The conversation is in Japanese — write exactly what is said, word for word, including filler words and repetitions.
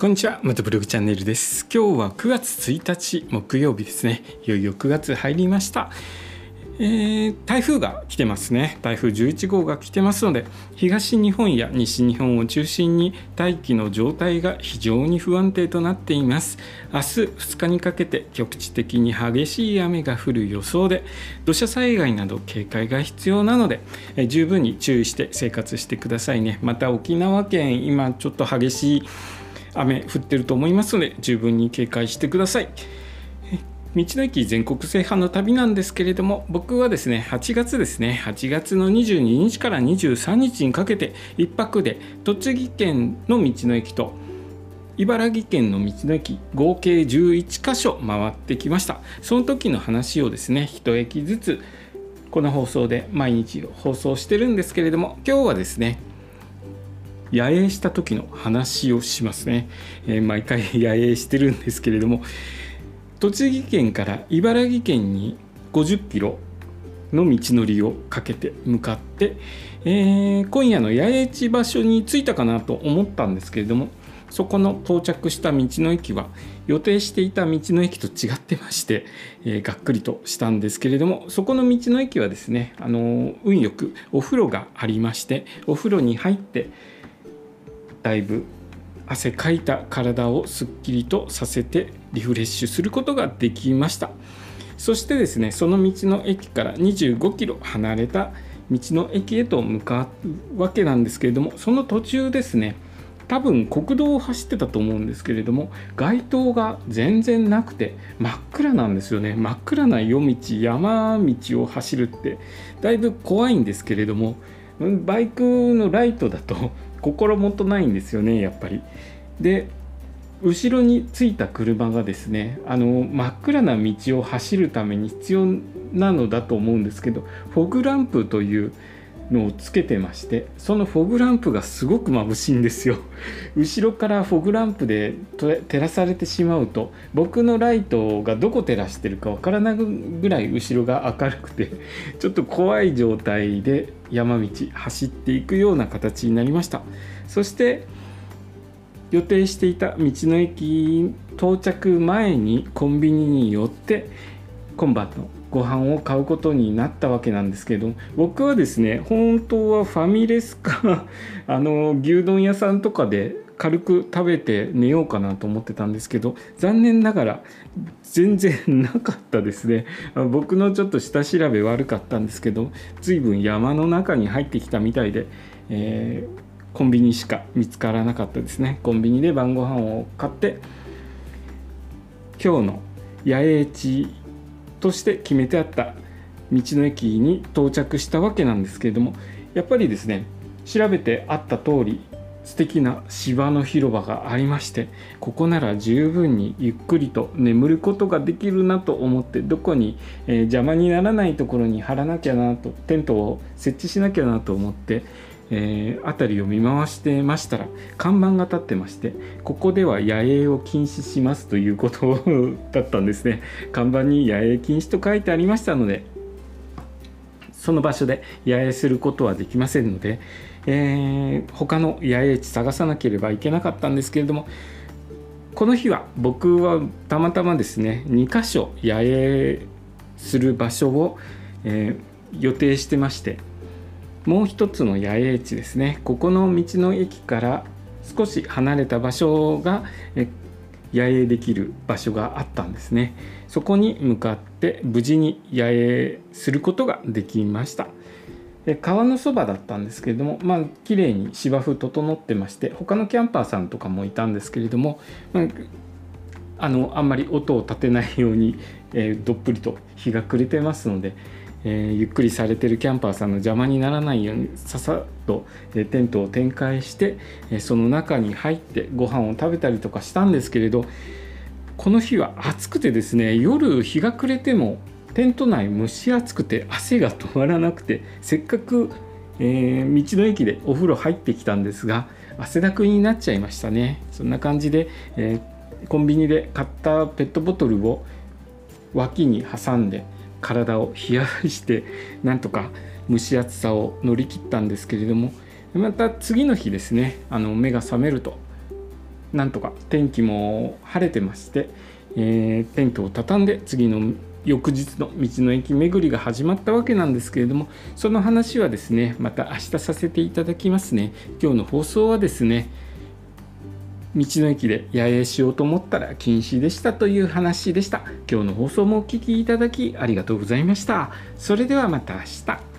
こんにちは、またブログチャンネルです。今日はくがつついたち木曜日ですね。いよいよくがつ入りました。えー、台風が来てますね。台風じゅういちごうが来てますので、東日本や西日本を中心に大気の状態が非常に不安定となっています。明日ふつかにかけて局地的に激しい雨が降る予想で、土砂災害など警戒が必要なので、えー、十分に注意して生活してくださいね。また沖縄県、今ちょっと激しい雨降ってると思いますので、十分に警戒してください。道の駅全国制覇の旅なんですけれども、僕はですねはちがつですねはちがつのにじゅうににちからにじゅうさんにちにかけていっぱくで栃木県の道の駅と茨城県の道の駅合計じゅういちかしょ回ってきました。その時の話をですねいちえきずつこの放送で毎日放送してるんですけれども、今日はですね野営した時の話をしますね。えー、毎回野営してるんですけれども、栃木県から茨城県にごじゅっキロの道のりをかけて向かって、えー、今夜の野営地場所に着いたかなと思ったんですけれども、そこの到着した道の駅は予定していた道の駅と違ってまして、えー、がっくりとしたんですけれども、そこの道の駅はですね、あのー、運よくお風呂がありまして、お風呂に入ってだいぶ汗かいた体をすっきりとさせてリフレッシュすることができました。そしてですね、その道の駅からにじゅうごキロ離れた道の駅へと向かうわけなんですけれども、その途中ですね、多分国道を走ってたと思うんですけれども、街灯が全然なくて真っ暗なんですよね。真っ暗な夜道、山道を走るってだいぶ怖いんですけれども、バイクのライトだと心もとないんですよね、やっぱり。で、後ろについた車がですね、あの真っ暗な道を走るために必要なのだと思うんですけど、フォグランプというのをつけてまして、そのフォグランプがすごく眩しいんですよ。後ろからフォグランプで照らされてしまうと、僕のライトがどこ照らしてるかわからないぐらい後ろが明るくて、ちょっと怖い状態で山道走っていくような形になりました。そして予定していた道の駅到着前にコンビニに寄って今晩のご飯を買うことになったわけなんですけど、僕はですね本当はファミレスかあの牛丼屋さんとかで軽く食べて寝ようかなと思ってたんですけど、残念ながら全然なかったですね。僕のちょっと下調べ悪かったんですけど、随分山の中に入ってきたみたいで、えーコンビニしか見つからなかったですね。コンビニで晩ご飯を買って今日の野営地として決めてあった道の駅に到着したわけなんですけれども、やっぱりですね調べてあった通り素敵な芝の広場がありまして、ここなら十分にゆっくりと眠ることができるなと思って、どこに、えー、邪魔にならないところに張らなきゃなと、テントを設置しなきゃなと思ってえー、辺りを見回してましたら看板が立ってまして、ここでは野営を禁止しますということだったんですね。看板に野営禁止と書いてありましたので、その場所で野営することはできませんので、えー、他の野営地探さなければいけなかったんですけれども、この日は僕はたまたまですねにかしょ野営する場所を、えー、予定してまして、もう一つの野営地ですね、ここの道の駅から少し離れた場所が野営できる場所があったんですね。そこに向かって無事に野営することができました。川のそばだったんですけれども、まあ綺麗に芝生整ってまして、他のキャンパーさんとかもいたんですけれども、まあ、あのあんまり音を立てないように、えー、どっぷりと日が暮れてますので、えー、ゆっくりされてるキャンパーさんの邪魔にならないようにささっと、えー、テントを展開して、えー、その中に入ってご飯を食べたりとかしたんですけれど、この日は暑くてですね、夜日が暮れてもテント内蒸し暑くて汗が止まらなくて、せっかく、えー、道の駅でお風呂入ってきたんですが汗だくになっちゃいましたね。そんな感じで、えー、コンビニで買ったペットボトルを脇に挟んで体を冷やしてなんとか蒸し暑さを乗り切ったんですけれども、また次の日ですね、あの目が覚めるとなんとか天気も晴れてまして、えー、テントを畳んで次の翌日の道の駅巡りが始まったわけなんですけれども、その話はですねまた明日させていただきますね。今日の放送はですね、道の駅で野営しようと思ったら禁止でしたという話でした。今日の放送もお聞きいただきありがとうございました。それではまた明日。